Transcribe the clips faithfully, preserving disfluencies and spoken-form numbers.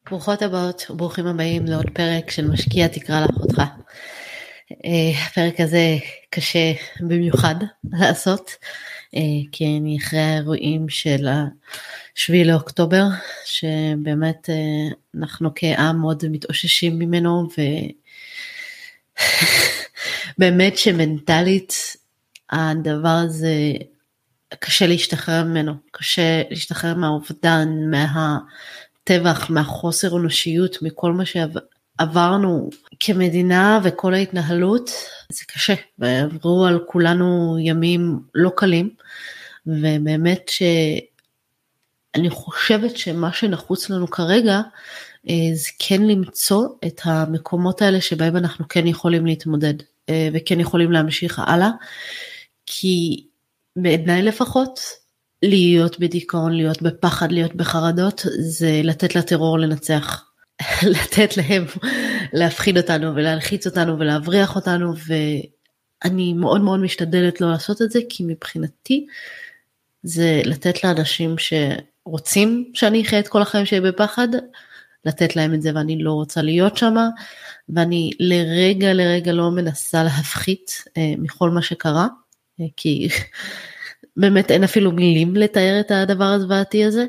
ברוכות הבאות וברוכים הבאים לעוד פרק של משקיע תקרא לאחותך. הפרק הזה קשה במיוחד לעשות, כי אני אחרי האירועים של השביעי לאוקטובר, שבאמת אנחנו כעם מאוד מתאוששים ממנו, ובאמת שמנטלית הדבר הזה קשה להשתחרר ממנו, קשה להשתחרר מהאובדן, מה... טבח, מהחוסר אנושיות, מכל מה שעברנו כמדינה וכל ההתנהלות, זה קשה, ועברו על כולנו ימים לא קלים, ובאמת שאני חושבת שמה שנחוץ לנו כרגע, זה כן למצוא את המקומות האלה שבהם אנחנו כן יכולים להתמודד, וכן יכולים להמשיך הלאה, כי בעיניי לפחות, להיות בדיכאון, להיות בפחד, להיות בחרדות, זה לתת לטרור לנצח, לתת להם להפחיד אותנו ולהלחיץ אותנו ולהבריח אותנו, ואני מאוד מאוד משתדלת לא לעשות את זה, כי מבחינתי זה לתת לאנשים שרוצים שאני אחיה את כל החיים שלי בפחד, לתת להם את זה, ואני לא רוצה להיות שם, ואני לרגע לרגע לא מנסה להפחית אה, מכל מה שקרה, אה, כי... באמת אין אפילו מילים לתאר את הדבר הזוועתי הזה,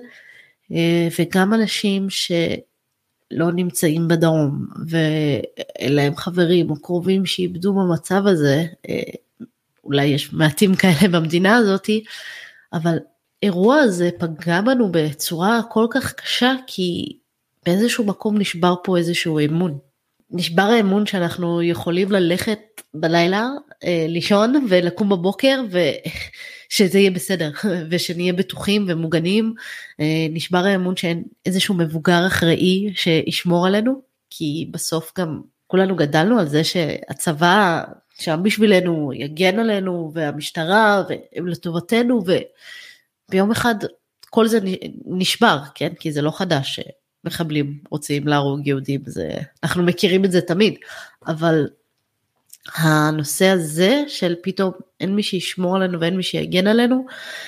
וגם אנשים שלא נמצאים בדרום, ואין להם חברים או קרובים שאיבדו במצב הזה, אולי יש מעטים כאלה במדינה הזאת, אבל אירוע הזה פגע בנו בצורה כל כך קשה, כי באיזשהו מקום נשבר פה איזשהו אמון. נשבר האמון שאנחנו יכולים ללכת בלילה, לישון ולקום בבוקר, ושזה יהיה בסדר, ושנהיה בטוחים ומוגנים. נשבר האמון שאין איזשהו מבוגר אחראי שישמור עלינו, כי בסוף גם כולנו גדלנו על זה שהצבא שם בשבילנו יגן עלינו, והמשטרה והם לטובתנו, וביום אחד כל זה נשבר, כן? כי זה לא חדש מחבלים רוצים להרוג יהודים, זה, אנחנו מכירים את זה תמיד, אבל הנושא הזה של פתאום אין מי שישמור עלינו ואין מי שיגן עלינו,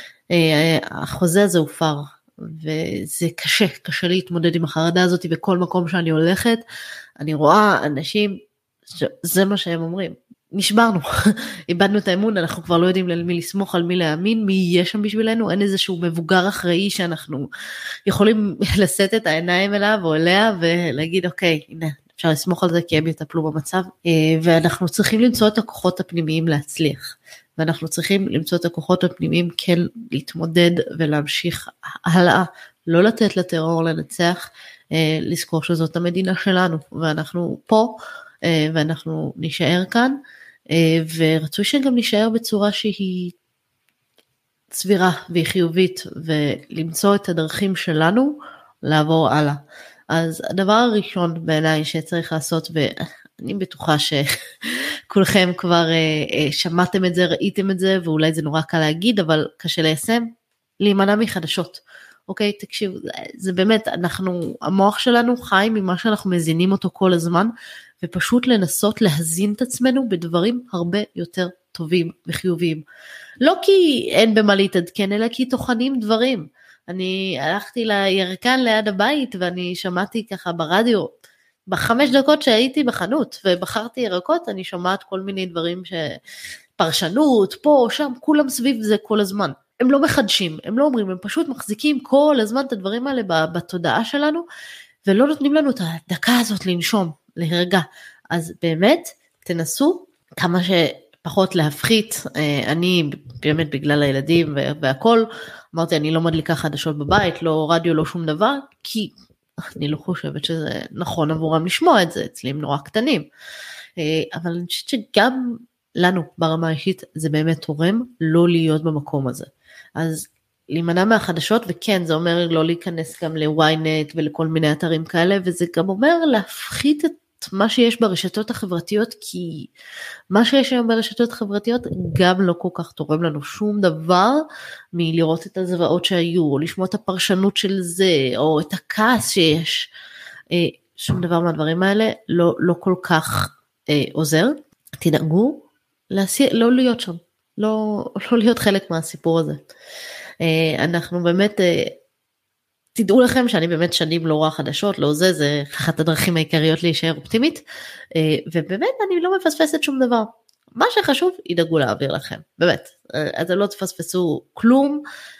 החוזה הזה הופר, וזה קשה, קשה להתמודד עם החרדה הזאת, בכל מקום שאני הולכת, אני רואה אנשים, זה מה שהם אומרים, נשברנו, איבדנו את האמון, אנחנו כבר לא יודעים למי לסמוך, על מי להאמין, מי יהיה שם בשבילנו, אין איזשהו מבוגר אחראי שאנחנו יכולים לשאת את העיניים אליו או אליה, ולהגיד אוקיי, הנה, אפשר לסמוך על זה כי הם יטפלו במצב, ואנחנו צריכים למצוא את הכוחות הפנימיים להצליח, ואנחנו צריכים למצוא את הכוחות הפנימיים כן להתמודד ולהמשיך הלאה, לא לתת לטרור לנצח, לזכור שזאת המדינה שלנו, ואנחנו פה, ואנחנו נשאר כאן, ורצוי שגם נשאר בצורה שהיא סבירה והיא חיובית, ולמצוא את הדרכים שלנו לעבור הלאה. אז הדבר הראשון בעיניי שצריך לעשות, ואני בטוחה שכולכם כבר שמעתם את זה, ראיתם את זה, ואולי זה נורא קל להגיד, אבל קשה ליישם, להימנע מחדשות. אוקיי, תקשיב, זה באמת, אנחנו, המוח שלנו חי ממה שאנחנו מזינים אותו כל הזמן, ופשוט לנסות להזין את עצמנו בדברים הרבה יותר טובים וחיוביים. לא כי אין במה להתעדכן, אלא כי תוכנים דברים. אני הלכתי לירקן ליד הבית, ואני שמעתי ככה ברדיו, בחמש דקות שהייתי בחנות, ובחרתי ירקות, אני שומעת כל מיני דברים שפרשנות, פה, שם, כולם סביב זה כל הזמן. הם לא מחדשים, הם לא אומרים, הם פשוט מחזיקים כל הזמן את הדברים האלה בתודעה שלנו, ולא נותנים לנו את הדקה הזאת לנשום, להירגע. אז באמת, תנסו כמה שפחות להפחית, אני באמת בגלל הילדים והכל, אמרתי, אני לא מדליקה חדשות בבית, לא רדיו, לא שום דבר, כי אני לא חושבת שזה נכון עבורם לשמוע את זה, אצלי הם נורא קטנים. אבל אני חושבת שגם לנו ברמה האישית, זה באמת תורם לא להיות במקום הזה. אז להימנע מהחדשות, וכן, זה אומר לא להיכנס גם ל-ynet ולכל מיני אתרים כאלה, וזה גם אומר להפחית את מה שיש ברשתות החברתיות, כי מה שיש היום ברשתות החברתיות גם לא כל כך תורם לנו שום דבר מלראות את הזוועות שהיו, או לשמוע את הפרשנות של זה, או את הכעס שיש. שום דבר מהדברים האלה לא, לא כל כך אה, עוזר. תדאגו להסיע, לא להיות שם, לא, לא להיות חלק מהסיפור הזה. אנחנו באמת תדעו לכם שאני באמת שנים לא רואה חדשות, לא זה, זה אחת הדרכים העיקריות להישאר אופטימית, ובאמת אני לא מפספסת שום דבר. מה שחשוב, ידאגו להעביר לכם, באמת. אז לא תפספסו כלום,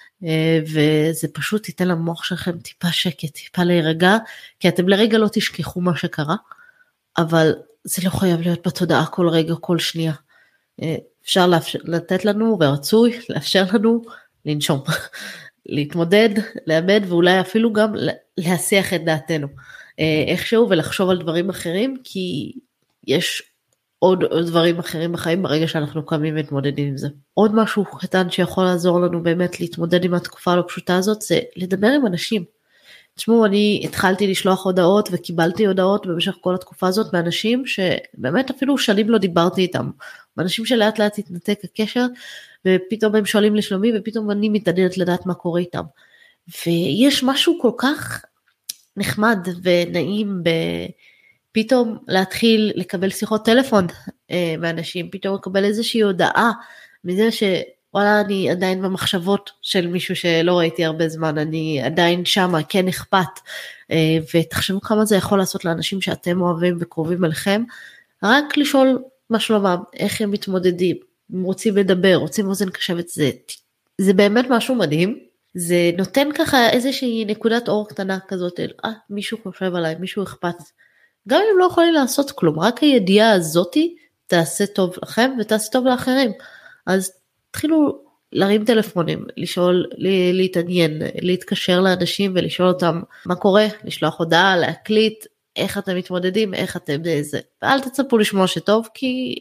וזה פשוט ייתן למוח שלכם טיפה שקט, טיפה להירגע, כי אתם לרגע לא תשכחו מה שקרה, אבל זה לא חייב להיות בתודעה כל רגע, כל שנייה. אפשר לאפשר, לתת לנו, ורצוי לאפשר לנו לנשום, להתמודד, לאבד, ואולי אפילו גם להסיח את דעתנו, איכשהו, ולחשוב על דברים אחרים, כי יש עוד דברים אחרים בחיים ברגע שאנחנו קמים ומתמודדים עם זה. עוד משהו קטן שיכול לעזור לנו באמת להתמודד עם התקופה הלא פשוטה הזאת, זה לדבר עם אנשים. תשמעו, אני התחלתי לשלוח הודעות וקיבלתי הודעות במשך כל התקופה הזאת מאנשים שבאמת אפילו שנים לא דיברתי איתם. אנשים שלאט לאט התנתק הקשר ופתאום הם שואלים לשלומי ופתאום אני מתעניינת לדעת מה קורה איתם. ויש משהו כל כך נחמד ונעים פתאום להתחיל לקבל שיחות טלפון מאנשים, פתאום לקבל איזושהי הודעה מזה ש... וואלה, אני עדיין במחשבות של מישהו שלא ראיתי הרבה זמן, אני עדיין שמה, כן אכפת, ותחשבו כמה זה יכול לעשות לאנשים שאתם אוהבים וקרובים אליכם, רק לשאול מה שלומם, איך הם מתמודדים, אם רוצים לדבר, רוצים אוזן קשבת, זה, זה באמת משהו מדהים, זה נותן ככה איזושהי נקודת אור קטנה כזאת, אה, מישהו חושב עליי, מישהו אכפת, גם אם לא יכולים לעשות כלום, רק הידיעה הזאתי תעשה טוב לכם ותעשה טוב לאחרים, אז תתחילו להרים טלפונים, לשאול, להתעניין, להתקשר לאנשים ולשאול אותם מה קורה, לשלוח הודעה, להקליט, איך אתם מתמודדים, איך אתם זה, ואל תצפו לשמוע שטוב, כי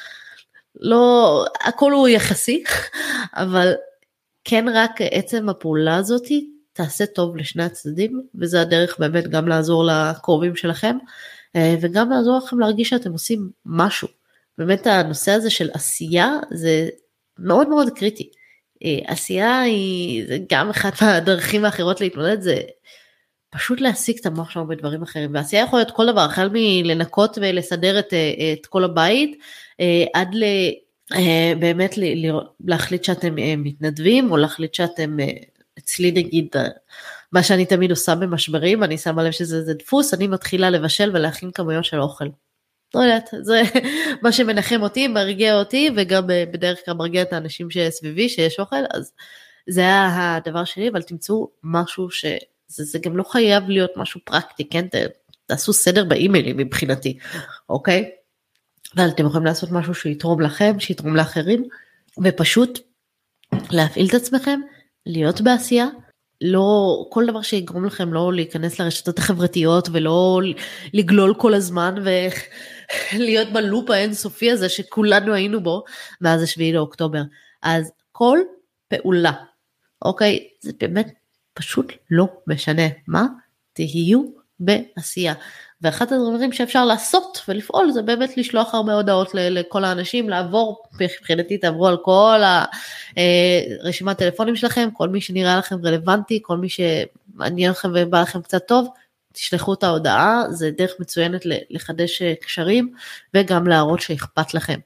לא, הכל הוא יחסי, אבל כן רק עצם הפעולה הזאת תעשה טוב לשני הצדדים, וזה הדרך באמת גם לעזור לקרובים שלכם, וגם לעזור לכם להרגיש שאתם עושים משהו. באמת הנושא הזה של עשייה, זה מאוד מאוד קריטי. עשייה היא גם אחת מהדרכים האחרות להתמודד, זה פשוט להשיג את המוח שלנו בדברים אחרים, ועשייה יכול להיות כל דבר, החל מלנקות ולסדר את, את כל הבית, עד ל, באמת להחליט שאתם מתנדבים, או להחליט שאתם, אצלי נגיד, מה שאני תמיד עושה במשברים, אני שמה לב שזה זה דפוס, אני מתחילה לבשל ולהכין כמויות של אוכל. לא יודעת, זה מה שמנחם אותי, מרגיע אותי, וגם בדרך כלל מרגיע את האנשים שסביבי, שיש אוכל, אז זה היה הדבר שלי, אבל תמצאו משהו שזה זה גם לא חייב להיות משהו פרקטי, כן? תעשו סדר באימיילים מבחינתי, אוקיי? אבל אתם יכולים לעשות משהו שיתרום לכם, שיתרום לאחרים, ופשוט להפעיל את עצמכם, להיות בעשייה, לא, כל דבר שיגרום לכם לא להיכנס לרשתות החברתיות, ולא לגלול כל הזמן, ולהיות בלופ האינסופי הזה, שכולנו היינו בו, מאז השביעי לאוקטובר. אז כל פעולה, אוקיי, זה באמת פשוט לא משנה מה, תהיו בעשייה. ואחת הדברים שאפשר לעשות ולפעול, זה באמת לשלוח הרבה הודעות לכל האנשים, לעבור, מבחינתי תעברו על כל הרשימת טלפונים שלכם, כל מי שנראה לכם רלוונטי, כל מי שמעניין לכם ובא לכם קצת טוב, תשלחו את ההודעה, זה דרך מצוינת לחדש קשרים, וגם להראות שאכפת לכם.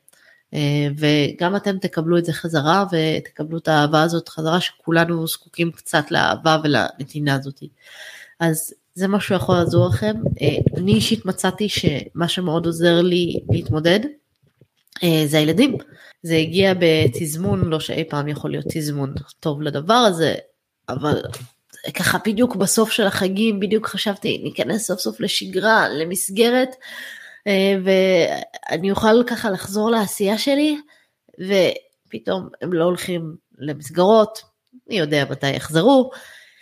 וגם אתם תקבלו את זה חזרה, ותקבלו את האהבה הזאת חזרה, שכולנו זקוקים קצת לאהבה ולנתינה הזאת. אז זה משהו יכול לעזור לכם. אני אישית מצאתי שמה שמאוד עוזר לי להתמודד, זה הילדים. זה הגיע בתזמון, לא שאי פעם יכול להיות תזמון טוב לדבר הזה, אבל ככה בדיוק בסוף של החגים, בדיוק חשבתי, ניכנס סוף סוף לשגרה, למסגרת, ואני אוכל ככה לחזור לעשייה שלי, ופתאום הם לא הולכים למסגרות, אני יודע מתי יחזרו,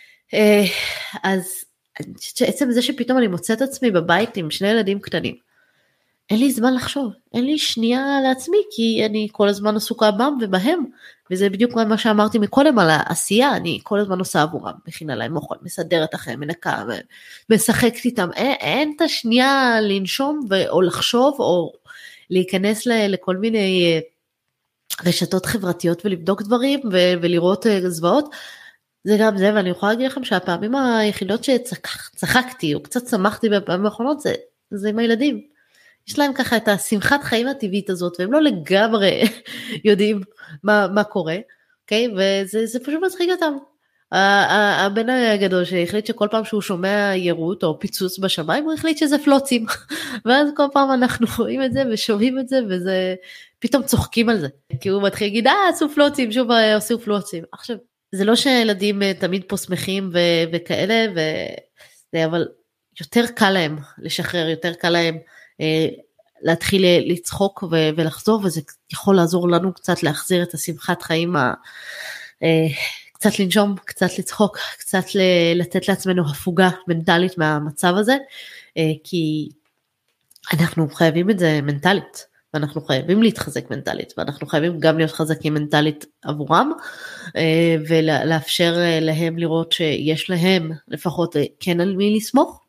אז עצם זה שפתאום אני מוצאת עצמי בבית עם שני ילדים קטנים, אין לי זמן לחשוב, אין לי שנייה לעצמי, כי אני כל הזמן עסוקה בם ובהם, וזה בדיוק מה שאמרתי מקודם על העשייה, אני כל הזמן עושה עבורם, מכינה להם אוכל, מסדרת אחריהם, מנקה, משחקת איתם, אין, אין את השנייה לנשום, ו, או לחשוב, או להיכנס ל, לכל מיני רשתות חברתיות, ולבדוק דברים, ו, ולראות זוועות, זה גם זה, ואני יכולה להגיד לכם שהפעמים היחידות שצחקתי, או קצת שמחתי בפעמים האחרונות, זה, זה עם הילדים. יש להם ככה את השמחת חיים הטבעית הזאת, והם לא לגמרי יודעים מה, מה קורה, אוקיי? וזה זה פשוט מצחיק אותם. הבן הגדול שהחליט שכל פעם שהוא שומע ירות או פיצוץ בשמיים, הוא החליט שזה פלוצים, ואז כל פעם אנחנו רואים את זה ושומעים את זה, וזה פתאום צוחקים על זה, כי הוא מתחיל להגיד, אה, עשו פלוצים, שוב עשו פלוצים. עכשיו, זה לא שילדים תמיד פה שמחים ו- וכאלה, ו- אבל יותר קל להם לשחרר, יותר קל להם אה, להתחיל לצחוק ו- ולחזור, וזה יכול לעזור לנו קצת להחזיר את השמחת חיים ה... אה, קצת לנשום, קצת לצחוק, קצת לתת לעצמנו הפוגה מנטלית מהמצב הזה, כי אנחנו חייבים את זה מנטלית, ואנחנו חייבים להתחזק מנטלית, ואנחנו חייבים גם להיות חזקים מנטלית עבורם, ולאפשר להם לראות שיש להם לפחות כן על מי לסמוך,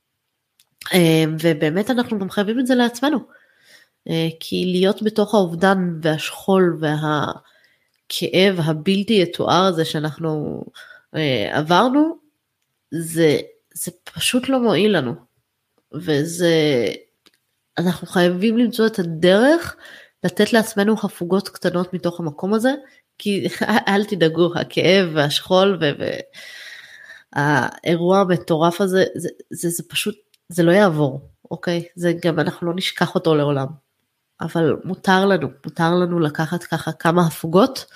ובאמת אנחנו גם חייבים את זה לעצמנו, כי להיות בתוך האובדן והשכול וה... כאב הבלתי יתואר הזה שאנחנו אה, עברנו, זה, זה פשוט לא מועיל לנו, וזה, אנחנו חייבים למצוא את הדרך, לתת לעצמנו הפוגות קטנות מתוך המקום הזה, כי אל תדאגו, הכאב והשכול, והאירוע המטורף הזה, זה, זה, זה פשוט, זה לא יעבור, אוקיי? זה גם, אנחנו לא נשכח אותו לעולם. אבל מותר לנו, מותר לנו לקחת ככה כמה הפוגות,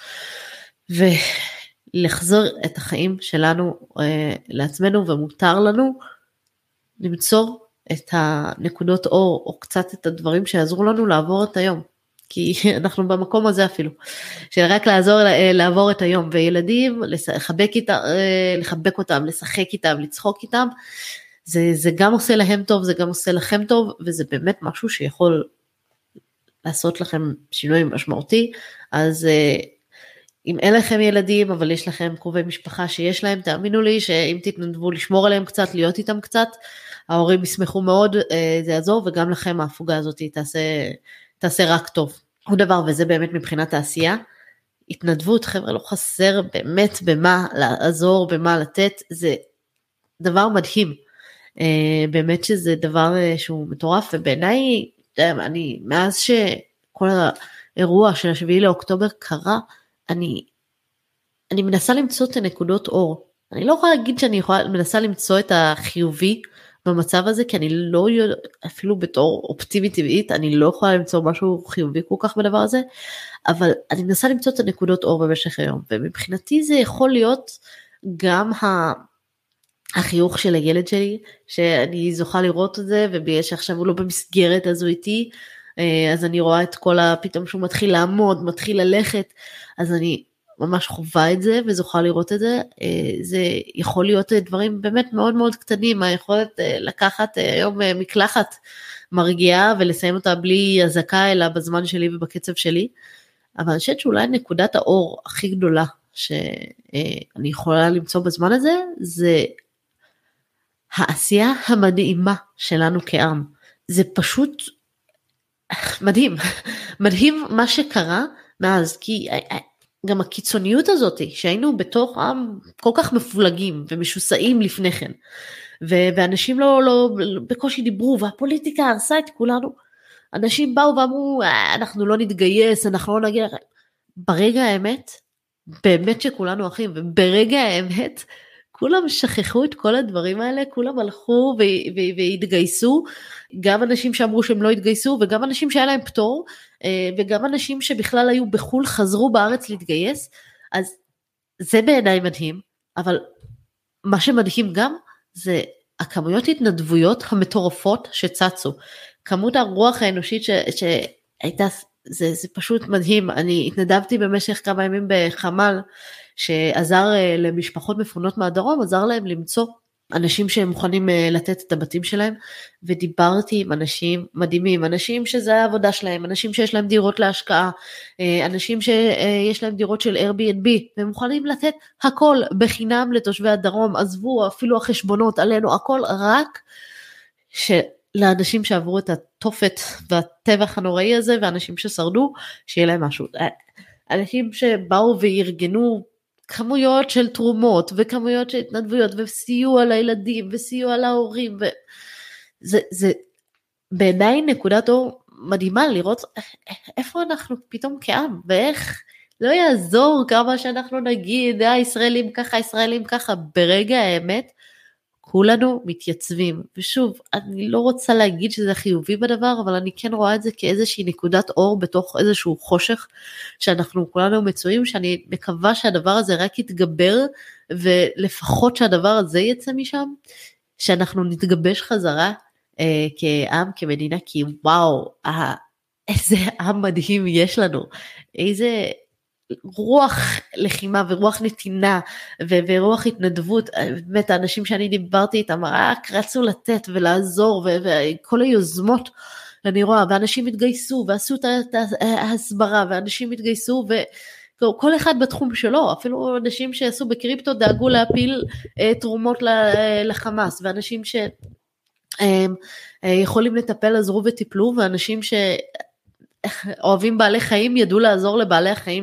ולחזור את החיים שלנו אה, לעצמנו, ומותר לנו למצוא את הנקודות אור, או קצת את הדברים שיעזרו לנו לעבור את היום, כי אנחנו במקום הזה אפילו, שרק לעזור לעבור את היום, וילדים, לחבק, איתה, לחבק אותם, לשחק איתם, לצחוק איתם, זה, זה גם עושה להם טוב, זה גם עושה לכם טוב, וזה באמת משהו שיכול לעשות לכם שינוי משמעותי. אז אם אין לכם ילדים, אבל יש לכם קרובי משפחה שיש להם, תאמינו לי שאם תתנדבו לשמור עליהם קצת, להיות איתם קצת, ההורים ישמחו מאוד, זה יעזור, וגם לכם ההפוגה הזאת תעשה, תעשה רק טוב. עוד דבר, וזה באמת מבחינת העשייה, התנדבות, חבר'ה, לא חסר באמת במה לעזור, במה לתת, זה דבר מדהים, באמת שזה דבר שהוא מטורף, ובעיניי, אני, מאז שכל האירוע של השביעי לאוקטובר קרה, אני, אני מנסה למצוא את הנקודות אור. אני לא יכולה להגיד שאני יכולה, מנסה למצוא את החיובי במצב הזה, כי אני לא יודע, אפילו בתור אופטימית טבעית, אני לא יכולה למצוא משהו חיובי כל כך בדבר הזה, אבל אני מנסה למצוא את הנקודות אור במשך היום, ומבחינתי זה יכול להיות גם ה... החיוך של הילד שלי, שאני זוכה לראות את זה, ובגלל שעכשיו הוא לא במסגרת הזו איתי, אז אני רואה את כל ה... פתאום שהוא מתחיל לעמוד, מתחיל ללכת, אז אני ממש חובה את זה, וזוכה לראות את זה. זה יכול להיות דברים באמת מאוד מאוד קטנים, היכולת לקחת היום מקלחת מרגיעה, ולסיים אותה בלי הזקה, אלא בזמן שלי ובקצב שלי, אבל אני חושבת שאולי נקודת האור הכי גדולה, שאני יכולה למצוא בזמן הזה, זה העשייה המדהימה שלנו כעם. זה פשוט מדהים, מדהים מה שקרה מאז, כי גם הקיצוניות הזאת, שהיינו בתוך עם כל כך מפולגים ומשוסעים לפני כן, ואנשים לא, לא, בקושי דיברו, והפוליטיקה הרסה את כולנו, אנשים באו ואמרו, אנחנו לא נתגייס, אנחנו לא נגיע, ברגע האמת, באמת שכולנו אחים, וברגע האמת, כולם שכחו את כל הדברים האלה, כולם הלכו והתגייסו, גם אנשים שאמרו שהם לא התגייסו, וגם אנשים שהיה להם פטור, וגם אנשים שבכלל היו בחול, חזרו בארץ להתגייס, אז זה בעיניי מדהים, אבל מה שמדהים גם, זה הכמויות התנדבויות המטורפות שצצו, כמות הרוח האנושית ש, שהייתה, זה, זה פשוט מדהים. אני התנדבתי במשך כמה ימים בחמ"ל, שעזר למשפחות מפונות מהדרום, עזר להם למצוא אנשים שהם מוכנים לתת את הבתים שלהם, ודיברתי עם אנשים מדהימים, אנשים שזה העבודה שלהם, אנשים שיש להם דירות להשקעה, אנשים שיש להם דירות של Airbnb, והם מוכנים לתת הכל בחינם לתושבי הדרום, עזבו אפילו החשבונות עלינו, הכל רק לאנשים שעברו את התופת והטבח הנוראי הזה, ואנשים ששרדו, שיהיה להם משהו. אנשים שבאו וארגנו כמויות של תרומות, וכמויות של התנדבויות, וסיוע לילדים, וסיוע להורים, וזה, זה בעיניי נקודת אור מדהימה, לראות איפה אנחנו פתאום כעם, ואיך לא יעזור כמה שאנחנו נגיד, הישראלים ככה, הישראלים ככה, ברגע האמת, כולנו מתייצבים, ושוב, אני לא רוצה להגיד שזה חיובי בדבר, אבל אני כן רואה את זה כאיזושהי נקודת אור, בתוך איזשהו חושך, שאנחנו כולנו מצויים, שאני מקווה שהדבר הזה רק יתגבר, ולפחות שהדבר הזה יצא משם, שאנחנו נתגבש חזרה, אה, כעם, כמדינה, כי וואו, אה, איזה עם מדהים יש לנו, איזה רוח לחימה ורוח נתינה ו- ורוח התנדבות, באמת האנשים שאני דיברתי איתם רק רצו לתת ולעזור ו- וכל היוזמות אני רואה, ואנשים התגייסו ועשו את ההסברה ואנשים התגייסו וכל אחד בתחום שלו, אפילו אנשים שעשו בקריפטו דאגו להפיל תרומות לחמאס, ואנשים ש... יכולים לטפל עזרו וטיפלו, ואנשים ש... אוהבים בעלי חיים, ידעו לעזור לבעלי החיים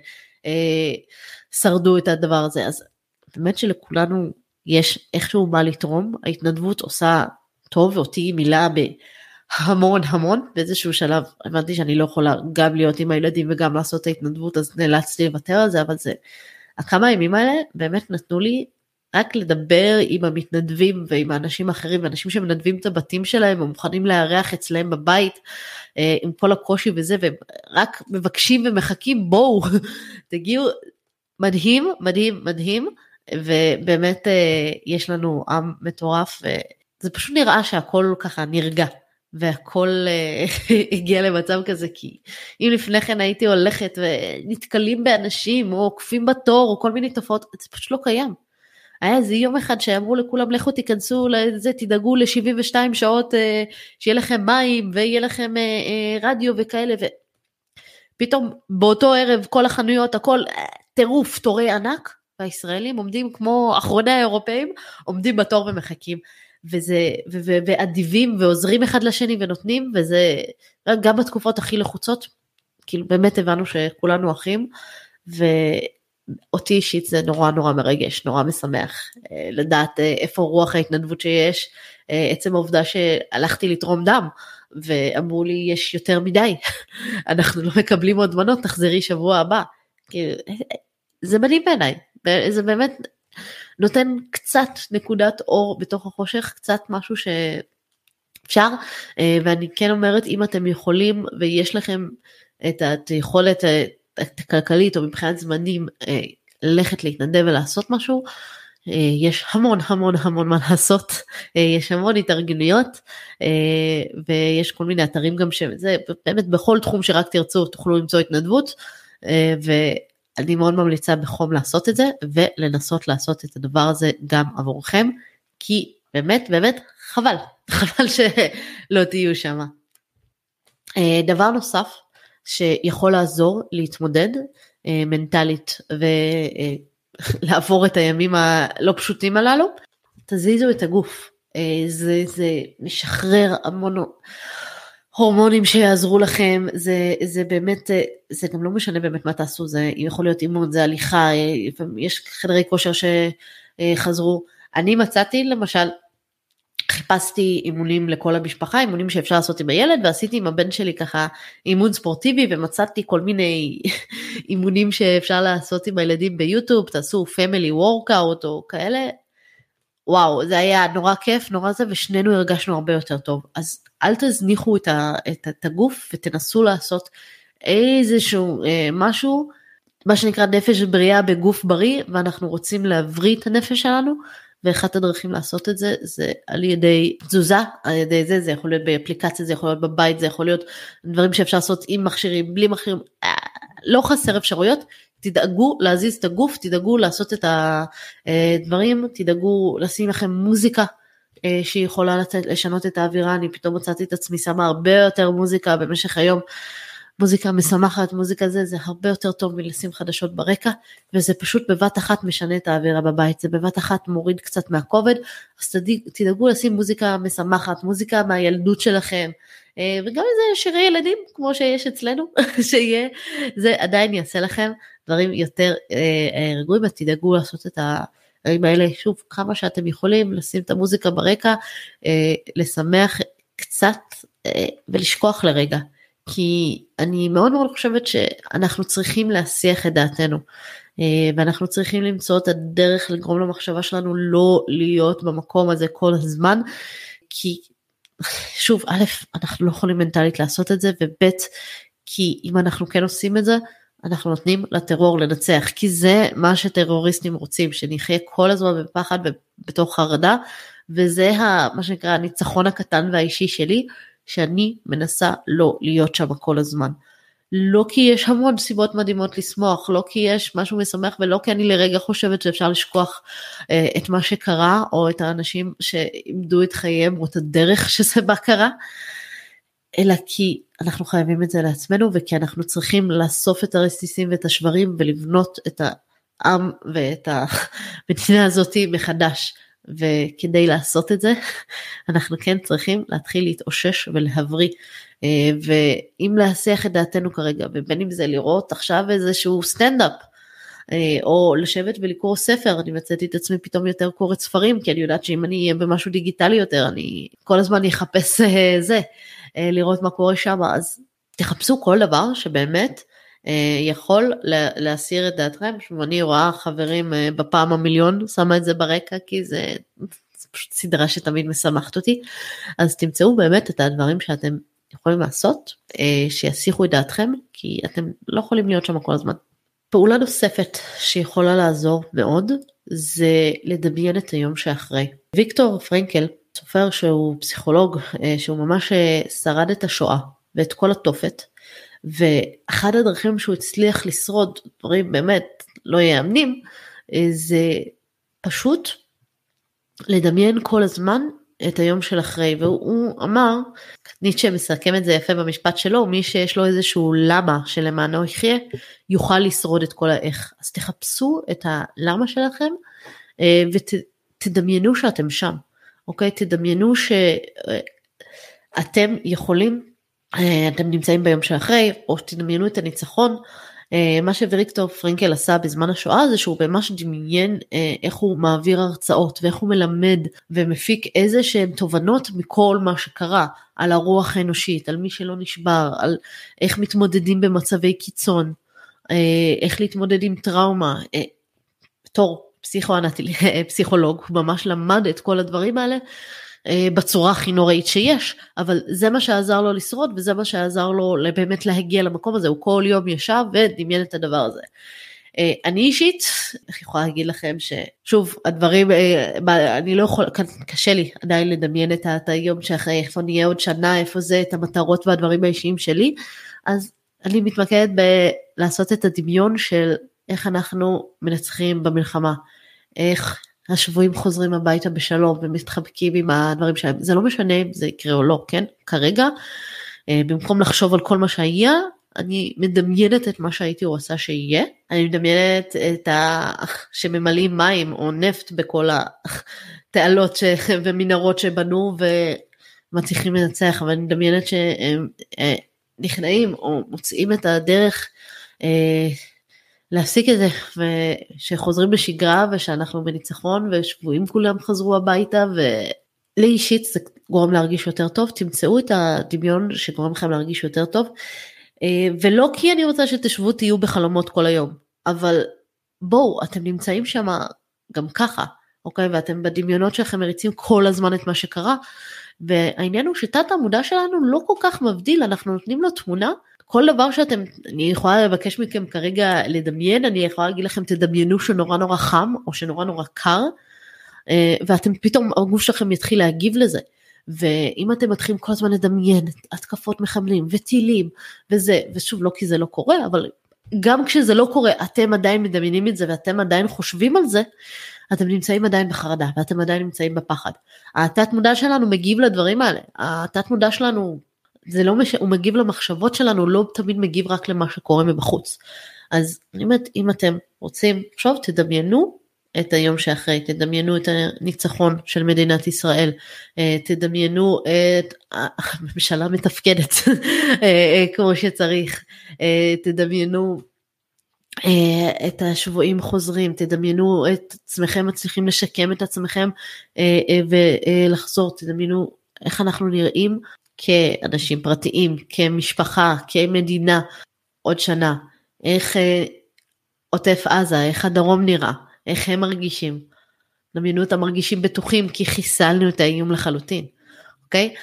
ששרדו את הדבר הזה. אז באמת שלכולנו יש איכשהו מה לתרום, ההתנדבות עושה טוב, ואותי מילה בהמון המון, באיזשהו שלב הבנתי שאני לא יכולה גם להיות עם הילדים וגם לעשות את ההתנדבות, אז נאלצתי לוותר על זה, אבל זה, הכמה הימים האלה באמת נתנו לי רק לדבר עם המתנדבים ועם האנשים האחרים, ואנשים שמנדבים את הבתים שלהם, ומוכנים לארח אצלהם בבית, עם כל הקושי וזה, ורק מבקשים ומחכים, בואו, תגיעו, מדהים, מדהים, מדהים, ובאמת יש לנו עם מטורף, וזה פשוט נראה שהכל ככה נרגע, והכל הגיע למצב כזה, כי אם לפני כן הייתי הולכת, ונתקלים באנשים, או עוקפים בתור, או כל מיני תופעות, זה פשוט לא קיים. היה איזה יום אחד שאמרו לכולם, לכו תיכנסו לזה, תדאגו ל-שבעים ושתיים שעות, אה, שיהיה לכם מים, ויהיה לכם אה, אה, רדיו וכאלה, ופתאום באותו ערב, כל החנויות, הכל אה, טירוף, תורי ענק, והישראלים עומדים כמו אחרוני האירופאים, עומדים בתור ומחכים, וזה, ו- ו- ואדיבים, ועוזרים אחד לשני ונותנים, וזה גם בתקופות הכי לחוצות, כאילו באמת הבנו שכולנו אחים, ו... אותי אישית זה נורא נורא מרגש, נורא משמח, לדעת איפה רוח ההתנדבות שיש, עצם העובדה שהלכתי לתרום דם, ואמרו לי יש יותר מדי, אנחנו לא מקבלים עוד מנות, תחזרי שבוע הבא, זה מדהים בעיניי, זה באמת נותן קצת נקודת אור בתוך החושך, קצת משהו שאפשר, ואני כן אומרת, אם אתם יכולים, ויש לכם את היכולת הכלכלית או מבחינת זמנים ללכת להתנדב ולעשות משהו, יש המון המון המון מה לעשות, יש המון התארגנויות, ויש כל מיני אתרים גם שזה באמת בכל תחום שרק תרצו תוכלו למצוא התנדבות, ואני מאוד ממליצה בחום לעשות את זה, ולנסות לעשות את הדבר הזה גם עבורכם, כי באמת באמת חבל, חבל שלא תהיו שם. דבר נוסף, שיכול לעזור להתמודד אה, מנטלית ולעבור את הימים הלא פשוטים הללו, תזיזו את הגוף, אה, זה, זה משחרר המון הורמונים שיעזרו לכם, זה, זה באמת, זה גם לא משנה באמת מה תעשו, זה יכול להיות אימון, זה הליכה, יש חדרי כושר שחזרו, אני מצאתי למשל, חיפשתי אימונים לכל המשפחה, אימונים שאפשר לעשות עם הילד, ועשיתי עם הבן שלי ככה אימון ספורטיבי, ומצאתי כל מיני אימונים שאפשר לעשות עם הילדים ביוטיוב, תעשו family workout או כאלה, וואו, זה היה נורא כיף, נורא זה, ושנינו הרגשנו הרבה יותר טוב, אז אל תזניחו את, ה, את, את הגוף, ותנסו לעשות איזשהו אה, משהו, מה שנקרא נפש בריאה בגוף בריא, ואנחנו רוצים להבריא את הנפש שלנו, ואחת הדרכים לעשות את זה, זה על ידי תזוזה, על ידי זה, זה יכול להיות באפליקציה, זה יכול להיות בבית, זה יכול להיות דברים שאפשר לעשות עם מכשירים, בלי מכשירים, לא חסר אפשרויות, תדאגו להזיז את הגוף, תדאגו לעשות את הדברים, תדאגו לשים לכם מוזיקה, שהיא יכולה לתת, לשנות את האווירה, אני פתאום מצאתי את עצמי, שמה הרבה יותר מוזיקה במשך היום, מוזיקה משמחת, מוזיקה זה, זה הרבה יותר טוב מלשים חדשות ברקע, וזה פשוט בבת אחת משנה את האווירה בבית, זה בבת אחת מוריד קצת מהכובד, אז תדאגו לשים מוזיקה משמחת, מוזיקה מהילדות שלכם, וגם איזה שירי ילדים, כמו שיש אצלנו, שיהיה, זה עדיין יעשה לכם דברים יותר רגועים, אז תדאגו לעשות את הדברים האלה, שוב, כמה שאתם יכולים, לשים את המוזיקה ברקע, לשמח קצת, ולשכוח לרגע, כי אני מאוד מאוד חושבת שאנחנו צריכים להסיח את דעתנו, ואנחנו צריכים למצוא את הדרך לגרום למחשבה שלנו לא להיות במקום הזה כל הזמן, כי שוב, א', אנחנו לא יכולים מנטלית לעשות את זה, וב', כי אם אנחנו כן עושים את זה, אנחנו נותנים לטרור לנצח, כי זה מה שטרוריסטים רוצים, שנחיה כל הזמן בפחד ובתוך חרדה, וזה מה שנקרא הניצחון הקטן והאישי שלי, שאני מנסה לא להיות שם כל הזמן. לא כי יש המון סיבות מדהימות לשמוח, לא כי יש משהו משמח, ולא כי אני לרגע חושבת שאפשר לשכוח אה, את מה שקרה, או את האנשים שאיבדו את חייהם, או את הדרך שזה בה קרה, אלא כי אנחנו חייבים את זה לעצמנו, וכי אנחנו צריכים לאסוף את הרסיסים ואת השברים, ולבנות את העם ואת המדינה הזאת מחדש, וכדי לעשות את זה, אנחנו כן צריכים להתחיל להתאושש ולהבריא, ואם להסיח את דעתנו כרגע, ובין אם זה לראות עכשיו איזשהו סטנדאפ, או לשבת ולקרוא ספר, אני מצאתי את עצמי פתאום יותר קוראת ספרים, כי אני יודעת שאם אני אהיה במשהו דיגיטלי יותר, אני כל הזמן אחפש זה, לראות מה קורה שם, אז תחפשו כל דבר שבאמת יכול להסיר את דעתכם. אני רואה חברים בפעם המיליון, שמה את זה ברקע, כי זה, זה פשוט סדרה שתמיד משמחת אותי, אז תמצאו באמת את הדברים שאתם יכולים לעשות, שיסיחו את דעתכם, כי אתם לא יכולים להיות שם כל הזמן. פעולה נוספת שיכולה לעזור מאוד, זה לדמיין את היום שאחרי. ויקטור פרנקל, סופר שהוא פסיכולוג, שהוא ממש שרד את השואה, ואת כל התופת, ואחד הדרכים שהוא הצליח לשרוד, דברים באמת לא יאמנים, זה פשוט לדמיין כל הזמן את היום של אחרי, והוא אמר, ניטשה מסכם את זה יפה במשפט שלו, מי שיש לו איזשהו למה שלמענו יחיה, יוכל לשרוד את כל האיך. אז תחפשו את הלמה שלכם, ותדמיינו שאתם שם, אוקיי? תדמיינו שאתם יכולים, אתם נמצאים ביום שאחרי, או תדמיינו את הניצחון. מה שוויקטור פרנקל עשה בזמן השואה, זה שהוא ממש דמיין איך הוא מעביר הרצאות, ואיך הוא מלמד ומפיק איזה שהן תובנות מכל מה שקרה, על הרוח האנושית, על מי שלא נשבר, על איך מתמודדים במצבי קיצון, איך להתמודד עם טראומה. בתור פסיכולוג, הוא ממש למד את כל הדברים האלה, בצורה הכי נוראית שיש, אבל זה מה שעזר לו לשרוד, וזה מה שעזר לו באמת להגיע למקום הזה, הוא כל יום ישב ודמיין את הדבר הזה. אני אישית, אני יכולה להגיד לכם ששוב, הדברים, אני לא יכול, קשה לי עדיין לדמיין את היום שאחרי, איפה נהיה עוד שנה, איפה זה, את המטרות והדברים האישיים שלי, אז אני מתמקדת בלעשות את הדמיון של איך אנחנו מנצחים במלחמה, איך השבויים חוזרים הביתה בשלום ומתחבקים עם הדברים שלהם, זה לא משנה אם זה יקרה או לא, כן? כרגע, במקום לחשוב על כל מה שהיה, אני מדמיינת את מה שהייתי רוצה שיהיה, אני מדמיינת את ה... שממלאים מים או נפט בכל התעלות ש... ומנהרות שבנו ומצליחים לנצח, אבל אני מדמיינת שהם נכנעים או מוצאים את הדרך להפסיק את זה, ושחוזרים לשגרה, ושאנחנו בניצחון, ושבועים כולם חזרו הביתה, ולאישית זה גורם להרגיש יותר טוב, תמצאו את הדמיון שגורם לכם להרגיש יותר טוב, ולא כי אני רוצה שתשבו תהיו בחלומות כל היום, אבל בואו, אתם נמצאים שם גם ככה, אוקיי, ואתם בדמיונות שלכם מריצים כל הזמן את מה שקרה, והעניין הוא שתת המודע שלנו לא כל כך מבדיל, אנחנו נותנים לו תמונה, כל דבר שאתם, אני יכולה לבקש מכם כרגע לדמיין, אני יכולה להגיד לכם תדמיינו שנורא נורא חם, או שנורא נורא קר, ואתם פתאום, הגוף שלכם יתחיל להגיב לזה, ואם אתם מתחילים כל הזמן לדמיין, התקפות מחבלים וטילים, וזה, ושוב לא כי זה לא קורה, אבל גם כשזה לא קורה, אתם עדיין מדמיינים את זה, ואתם עדיין חושבים על זה, אתם נמצאים עדיין בחרדה, ואתם עדיין נמצאים בפחד. התת מודע שלנו מגיב לדברים האלה, התת מודע שלנו, זה לא מש... הוא מגיב למחשבות שלנו, לא תמיד מגיב רק למה שקורה מבחוץ. אז אני אומרת, אם אתם רוצים, עכשיו תדמיינו את היום שאחרי, תדמיינו את הניצחון של מדינת ישראל, תדמיינו את הממשלה מתפקדת כמו שצריך, תדמיינו את השבועים חוזרים, תדמיינו את עצמכם מצליחים לשקם את עצמכם ולחזור, תדמיינו איך אנחנו נראים, כאנשים פרטיים, כמשפחה, כמדינה, עוד שנה, איך עוטף עזה, איך הדרום נראה, איך הם מרגישים, דמיינו אותם מרגישים בטוחים, כי חיסלנו את האיום לחלוטין, אוקיי?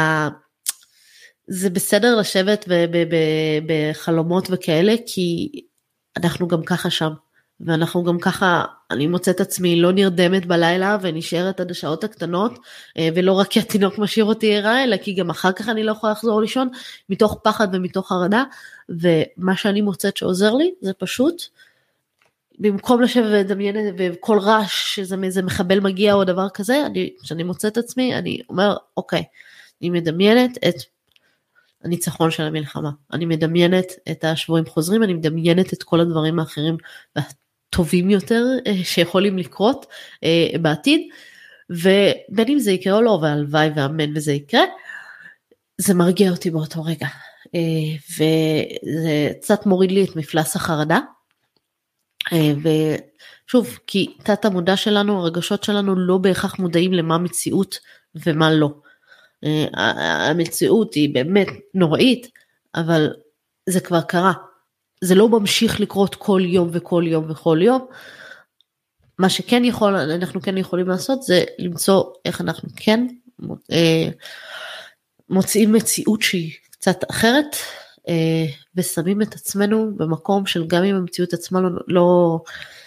זה בסדר לשבת בחלומות וכאלה, כי אנחנו גם ככה שם, ואנחנו גם ככה, אני מוצאת עצמי לא נרדמת בלילה, ונשארת עד השעות הקטנות, ולא רק כי התינוק משאיר אותי ערה, אלא כי גם אחר כך אני לא יכולה לחזור לישון, מתוך פחד ומתוך חרדה, ומה שאני מוצאת שעוזר לי, זה פשוט, במקום לשבת ולדמיין וכל רעש, שזה מחבל מגיע או דבר כזה, אני, כשאני מוצאת עצמי, אני אומר, אוקיי, אני מדמיינת את הניצחון של המלחמה, אני מדמיינת את השבועים חוזרים, אני מדמיינת את כל הדברים האחרים הטובים יותר שיכולים לקרות בעתיד, ובין אם זה יקרה או לא, והלוואי ואמן וזה יקרה, זה מרגיע אותי באותו רגע, וזה קצת מוריד לי את מפלס החרדה, ושוב, כי תת המודע שלנו, הרגשות שלנו לא בהכרח מודעים למה מציאות ומה לא. המציאות היא באמת נוראית, אבל זה כבר קרה. זה לא ממשיך לקרות כל יום וכל יום וכל יום. מה שכן יכול, אנחנו כן יכולים לעשות, זה למצוא איך אנחנו כן מוצאים מציאות שהיא קצת אחרת, ושמים את עצמנו במקום של גם אם המציאות עצמה לא, לא,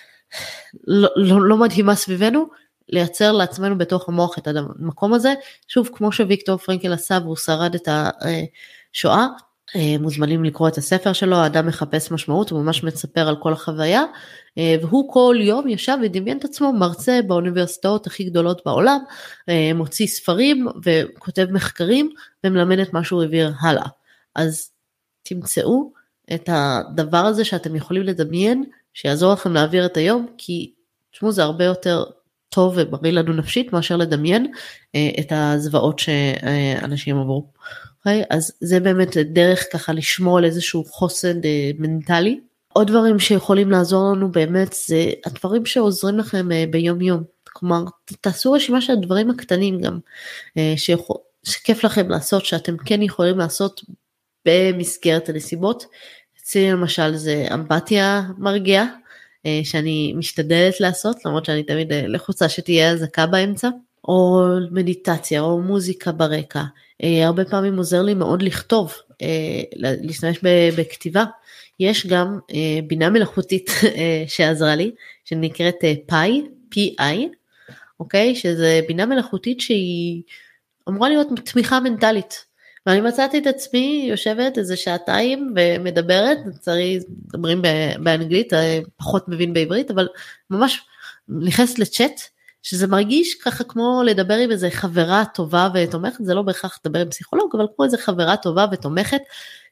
לא, לא מדהימה סביבנו, לייצר לעצמנו בתוך המוח את המקום הזה, שוב כמו שוויקטור פרנקל עשה והוא שרד את השואה, מוזמנים לקרוא את הספר שלו, האדם מחפש משמעות, הוא ממש מספר על כל החוויה, והוא כל יום ישב ודמיין את עצמו, מרצה באוניברסיטאות הכי גדולות בעולם, מוציא ספרים וכותב מחקרים, ומלמד את מה שהוא העביר הלאה. אז תמצאו את הדבר הזה שאתם יכולים לדמיין, שיעזור לכם להעביר את היום, כי תשמעו זה הרבה יותר טוב ובריא לנו נפשית, מאשר לדמיין את הזוועות שאנשים עברו. Okay? אז זה באמת דרך ככה לשמור על איזשהו חוסן מנטלי. עוד דברים שיכולים לעזור לנו באמת, זה הדברים שעוזרים לכם ביום יום. כלומר, תעשו רשימה של הדברים הקטנים גם, שיכול, שכיף לכם לעשות, שאתם כן יכולים לעשות במסגרת הנסיבות. אצלי למשל זה אמפתיה מרגיעה, שאני משתדלת לעשות, למרות שאני תמיד לחוצה שתהיה הזקה באמצע, או מדיטציה, או מוזיקה ברקע. הרבה פעמים עוזר לי מאוד לכתוב, להשתמש בכתיבה. יש גם בינה מלאכותית שעזרה לי, שנקראת פאי, פי איי, אוקיי? שזה בינה מלאכותית שהיא אמורה להיות תמיכה מנטלית. ואני מצאתי את עצמי יושבת איזה שעתיים ומדברת, לצערי מדברים באנגלית, פחות מבין בעברית, אבל ממש נכנסת לצ'אט, שזה מרגיש ככה כמו לדבר עם איזה חברה טובה ותומכת, זה לא בהכרח לדבר עם פסיכולוג, אבל כמו איזה חברה טובה ותומכת,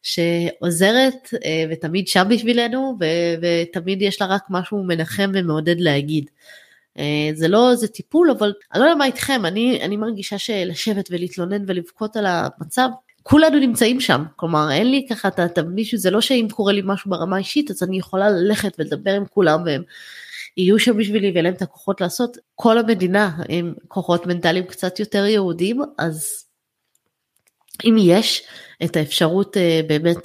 שעוזרת ותמיד שם בשבילנו, ותמיד יש לה רק משהו מנחם ומעודד להגיד. זה לא איזה טיפול, אבל אני לא יודע מה איתכם, אני, אני מרגישה שלשבת ולהתלונן ולבכות על המצב, כולנו נמצאים שם, כלומר אין לי ככה את מישהו, זה לא שאם קורה לי משהו ברמה אישית, אז אני יכולה ללכת ולדבר עם כולם, והם יהיו שם בשבילי ואין להם את הכוחות לעשות, כל המדינה עם כוחות מנטליים קצת יותר יהודים, אז אם יש את האפשרות באמת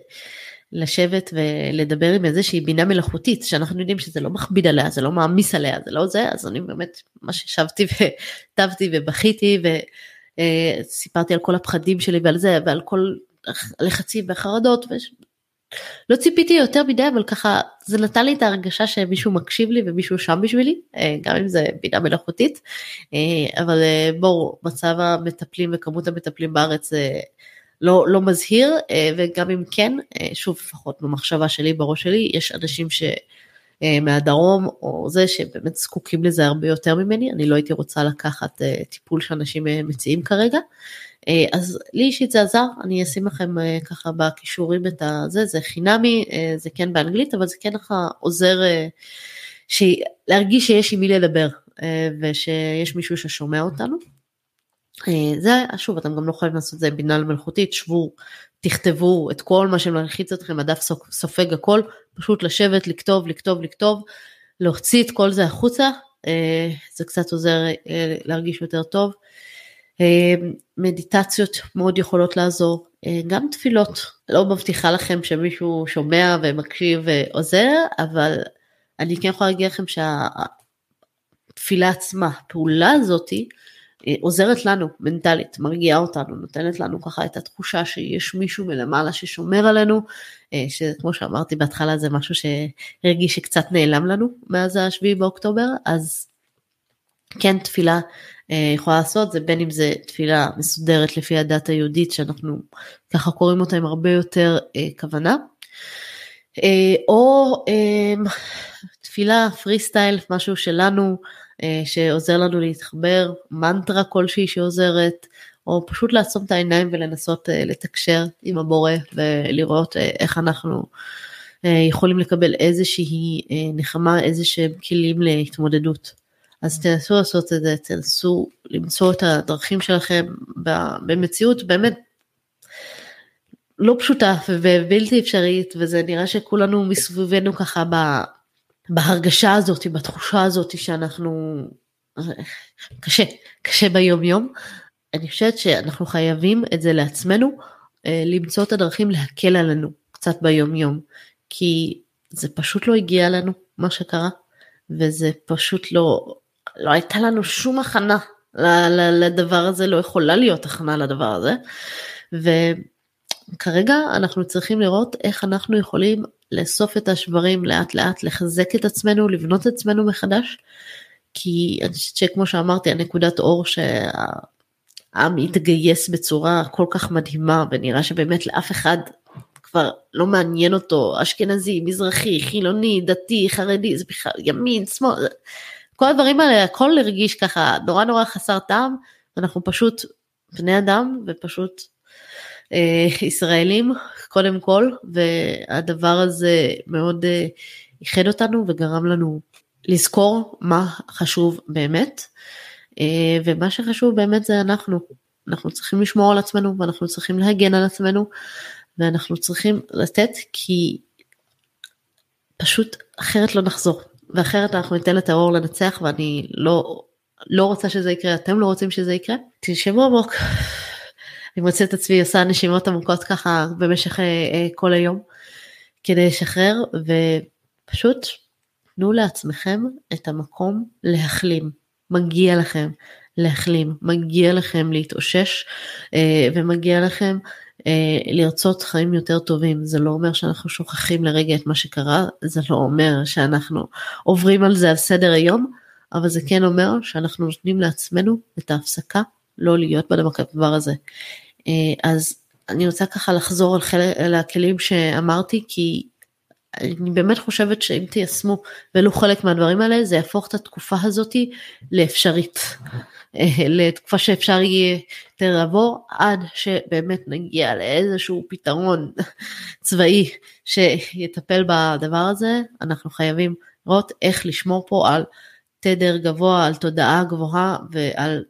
לשבת ולדבר עם איזושהי בינה מלאכותית, שאנחנו יודעים שזה לא מכביד עליה, זה לא מעמיס עליה, זה לא זה, אז אני באמת מה ששבתי וטבתי ובכיתי וסיפרתי על כל הפחדים שלי ועל זה, ועל כל הלחצים והחרדות, לא ציפיתי יותר מדי, אבל ככה זה נתן לי את ההרגשה שמישהו מקשיב לי ומישהו שם בשבילי, גם אם זה בינה מלאכותית, אבל בואו, מצב המטפלים וכמות המטפלים בארץ לא, לא מזהיר, וגם אם כן, שוב לפחות במחשבה שלי, בראש שלי, יש אנשים שמהדרום או זה שבאמת זקוקים לזה הרבה יותר ממני, אני לא הייתי רוצה לקחת טיפול שאנשים מציעים כרגע, אז לי אישית זה עזר, אני אשים לכם ככה בקישורים את זה, זה חינמי, זה כן באנגלית, אבל זה כן לך עוזר ש... להרגיש שיש עם מי לדבר, ושיש מישהו ששומע אותנו. זה, שוב, אתם גם לא יכולים לעשות זה בינה מלאכותית, שבו, תכתבו את כל מה שמלחיץ אתכם, הדף סופג הכל, פשוט לשבת, לכתוב, לכתוב, לכתוב, להוציא את כל זה החוצה, זה קצת עוזר להרגיש יותר טוב. מדיטציות מאוד יכולות לעזור, גם תפילות, לא מבטיחה לכם שמישהו שומע ומקשיב ועוזר, אבל אני כן יכולה להגיד לכם שהתפילה עצמה, הפעולה הזאת, עוזרת לנו מנטלית, מרגיעה אותנו, נותנת לנו ככה את התחושה שיש מישהו מלמעלה ששומר עלינו, שכמו שאמרתי בהתחלה זה משהו שהרגיש שקצת נעלם לנו מאז השביעי באוקטובר, אז כן תפילה יכולה לעשות, זה בין אם זה תפילה מסודרת לפי הדת היהודית, שאנחנו ככה קוראים אותה עם הרבה יותר כוונה, או תפילה פרי סטייל, משהו שלנו, שעוזר לנו להתחבר, מנטרה כלשהי שעוזרת, או פשוט לעצום את העיניים ולנסות לתקשר עם הבורא, ולראות איך אנחנו יכולים לקבל איזושהי נחמה, איזשהם כלים להתמודדות. אז תנסו לעשות את זה, תנסו למצוא את הדרכים שלכם במציאות באמת לא פשוטה ובלתי אפשרית, וזה נראה שכולנו מסביבנו ככה בהרגשה הזאת, בתחושה הזאת שאנחנו, קשה, קשה ביום יום. אני חושבת שאנחנו חייבים את זה לעצמנו, למצוא את הדרכים להקל עלינו קצת ביום יום, כי זה פשוט לא הגיע לנו מה שקרה, וזה פשוט לא, לא הייתה לנו שום הכנה לדבר הזה, לא יכולה להיות הכנה לדבר הזה, וכרגע אנחנו צריכים לראות איך אנחנו יכולים לאסוף את השברים לאט לאט, לחזק את עצמנו, לבנות את עצמנו מחדש, כי אני חושבת שכמו שאמרתי, הנקודת אור שהעם יתגייס בצורה כל כך מדהימה, ונראה שבאמת לאף אחד כבר לא מעניין אותו, אשכנזי, מזרחי, חילוני, דתי, חרדי, זה בכלל ימין, שמאל, כל הדברים האלה, הכל הרגיש ככה נורא נורא חסר טעם, אנחנו פשוט בני אדם ופשוט אה, ישראלים קודם כל, והדבר הזה מאוד אה, ייחד אותנו וגרם לנו לזכור מה חשוב באמת, אה, ומה שחשוב באמת זה אנחנו, אנחנו צריכים לשמור על עצמנו ואנחנו צריכים להגן על עצמנו, ואנחנו צריכים לתת, כי פשוט אחרת לא נחזור. ואחרת אנחנו ניתן את האור לנצח, ואני לא, לא רוצה שזה יקרה, אתם לא רוצים שזה יקרה, תנשמו עמוק, אני מוצא את עצמי עושה נשימות עמוקות ככה, במשך אה, כל היום, כדי לשחרר, ופשוט תנו לעצמכם את המקום להחלים, מגיע לכם להחלים, מגיע לכם להתאושש, אה, ומגיע לכם אה, לרצות חיים יותר טובים. זה לא אומר שאנחנו שוכחים לרגע את מה שקרה, זה לא אומר שאנחנו עוברים על זה על סדר היום, אבל זה כן אומר שאנחנו נותנים לעצמנו את ההפסקה, לא להיות בדבר הזה. אה, אז אני רוצה ככה לחזור על, חלק, על הכלים שאמרתי, כי אני באמת חושבת שאם תיישמו ולו חלק מהדברים האלה, זה יהפוך את התקופה הזאת לאפשרית, לתקופה שאפשר יהיה לעבור, עד שבאמת נגיע לאיזשהו פתרון צבאי שיטפל בדבר הזה. אנחנו חייבים לראות איך לשמור פה על תדר גבוה, על תודעה גבוהה, ועל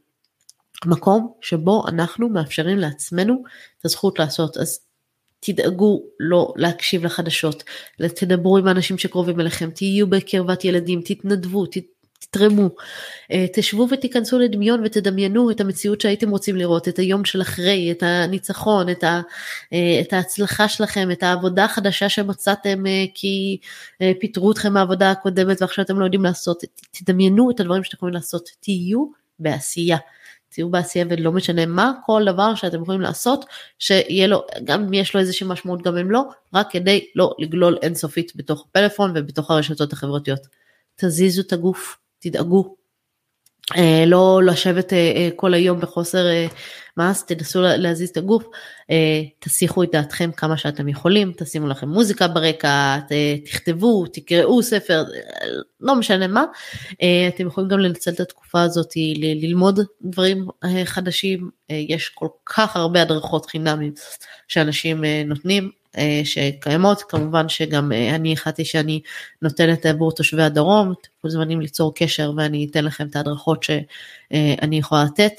מקום שבו אנחנו מאפשרים לעצמנו את הזכות לעשות. אז תדאגו לא להקשיב לחדשות, תדברו עם האנשים שקרובים אליכם, תהיו בקרבת ילדים, תתנדבו, תתרמו, תשבו ותיכנסו לדמיון ותדמיינו את המציאות שהייתם רוצים לראות, את היום של אחרי, את הניצחון, את, ה, את ההצלחה שלכם, את העבודה החדשה שמצאתם כי פיטרו אתכם מהעבודה הקודמת ועכשיו אתם לא יודעים לעשות, תדמיינו את הדברים שאתם יכולים לעשות, תהיו בעשייה. תהיו בעשייה ולא משנה מה, כל דבר שאתם יכולים לעשות, שיהיה לו, גם אם יש לו איזושהי משמעות, גם אם לא, רק כדי לא לגלול אינסופית בתוך הפלאפון ובתוך הרשתות החברתיות. תזיזו את הגוף, תדאגו, אה, לא לשבת אה, כל היום בחוסר אה, מעש, תנסו להזיז את הגוף, אה, תסיחו את דעתכם כמה שאתם יכולים, תשימו לכם מוזיקה ברקע, ת, תכתבו, תקראו ספר, לא משנה מה, אה, אתם יכולים גם לנצל את התקופה הזאת, ל- ללמוד דברים אה, חדשים, אה, יש כל כך הרבה הדרכות חינמים שאנשים אה, נותנים, שקיימות, כמובן שגם אני החלטתי שאני נותנת עבור תושבי הדרום, אתם מוזמנים ליצור קשר ואני אתן לכם את ההדרכות שאני יכולה לתת,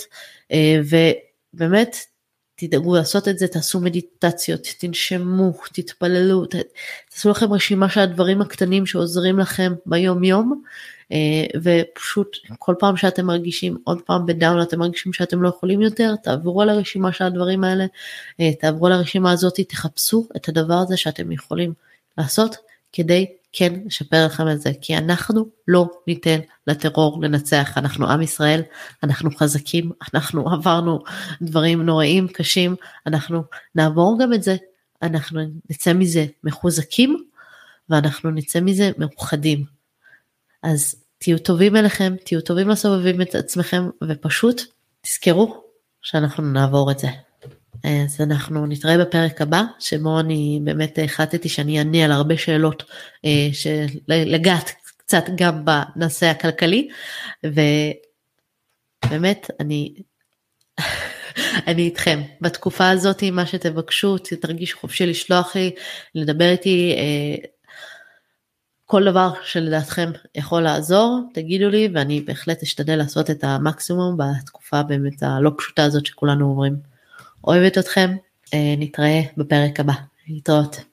ובאמת תדאגו לעשות את זה, תעשו מדיטציות, תנשמו, תתפללו, תעשו לכם רשימה של הדברים הקטנים שעוזרים לכם ביום יום, ופשוט כל פעם שאתם מרגישים עוד פעם בדאון, אתם מרגישים שאתם לא יכולים יותר, תעברו על הרשימה של הדברים האלה, תעברו על הרשימה הזאת, תחפשו את הדבר הזה שאתם יכולים לעשות, כדי כן לשפר לכם את זה, כי אנחנו לא ניתן לטרור לנצח, אנחנו עם ישראל, אנחנו חזקים, אנחנו עברנו דברים נוראים, קשים, אנחנו נעבור גם את זה, אנחנו נצא מזה מחוזקים, ואנחנו נצא מזה מאוחדים. אז תהיו טובים אליכם, תהיו טובים לסובבים את עצמכם, ופשוט תזכרו שאנחנו נעבור את זה. אז אנחנו נתראה בפרק הבא, שבו אני באמת החלטתי שאני אענה על הרבה שאלות, לגעת קצת גם בנושא הכלכלי, ובאמת אני, אני איתכם. בתקופה הזאת, מה שתבקשו, תרגישו חופשי לשלוח לי, לדבר איתי, כל דבר שלדעתכם יכול לעזור, תגידו לי, ואני בהחלט אשתדל לעשות את המקסימום, בתקופה באמת הלא פשוטה הזאת שכולנו עוברים. אוהבת אתכם, נתראה בפרק הבא. להתראות.